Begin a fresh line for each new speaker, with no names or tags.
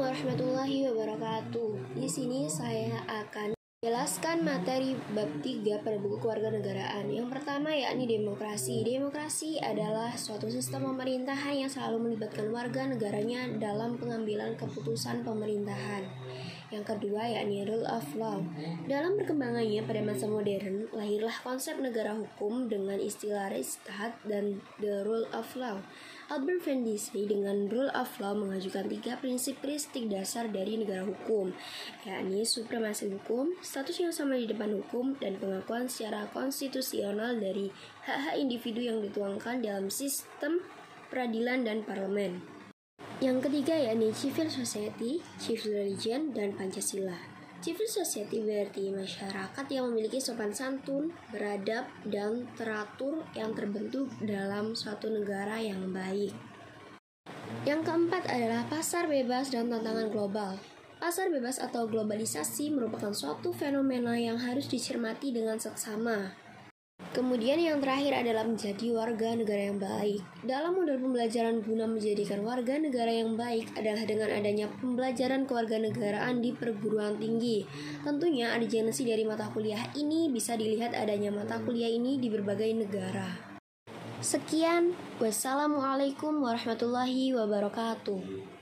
warahmatullahi wabarakatuh. Di sini saya akan jelaskan materi bab 3 pada buku kewarganegaraan. Yang pertama yakni demokrasi. Demokrasi adalah suatu sistem pemerintahan yang selalu melibatkan warga negaranya dalam pengambilan keputusan pemerintahan. Yang kedua yakni rule of law. Dalam perkembangannya pada masa modern, lahirlah konsep negara hukum dengan istilah Rechtsstaat dan the rule of law. Albert Van Dissey dengan rule of law mengajukan 3 prinsip-prinsip dasar dari negara hukum, yakni supremasi hukum, status yang sama di depan hukum, dan pengakuan secara konstitusional dari hak-hak individu yang dituangkan dalam sistem peradilan dan parlemen. Yang ketiga yakni civil society, civil religion, dan Pancasila. Civil society berarti masyarakat yang memiliki sopan santun, beradab, dan teratur yang terbentuk dalam suatu negara yang baik. Yang keempat adalah pasar bebas dan tantangan global. Pasar bebas atau globalisasi merupakan suatu fenomena yang harus dicermati dengan seksama. Kemudian yang terakhir adalah menjadi warga negara yang baik. Dalam model pembelajaran guna menjadikan warga negara yang baik adalah dengan adanya pembelajaran kewarganegaraan di perguruan tinggi. Tentunya urgensi dari mata kuliah ini bisa dilihat adanya mata kuliah ini di berbagai negara. Sekian, wassalamualaikum warahmatullahi wabarakatuh.